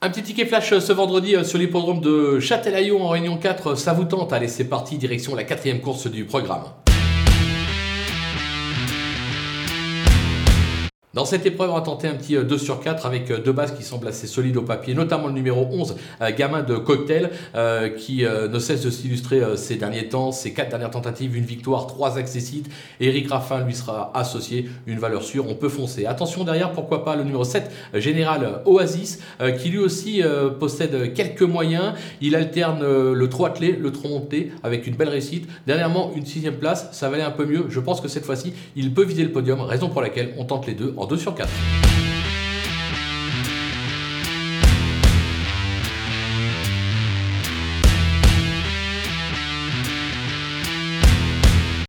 Un petit ticket flash ce vendredi sur l'hippodrome de Châtelaillon en Réunion 4, ça vous tente? Allez, c'est parti, direction la 4e course du programme. Dans cette épreuve, on va tenter un petit 2 sur 4 avec deux bases qui semblent assez solides au papier, notamment le numéro 11, Gamin de Cocktail, qui ne cesse de s'illustrer ces derniers temps. Ses 4 dernières tentatives, une victoire, 3 accessites. Éric Raffin lui sera associé, une valeur sûre, on peut foncer. Attention derrière, pourquoi pas le numéro 7, Général Oasis, qui lui aussi possède quelques moyens. Il alterne le trot attelé, le trot monté avec une belle réussite. Dernièrement, une 6e place, ça valait un peu mieux. Je pense que cette fois-ci, il peut viser le podium, raison pour laquelle on tente les deux en 2 sur 4.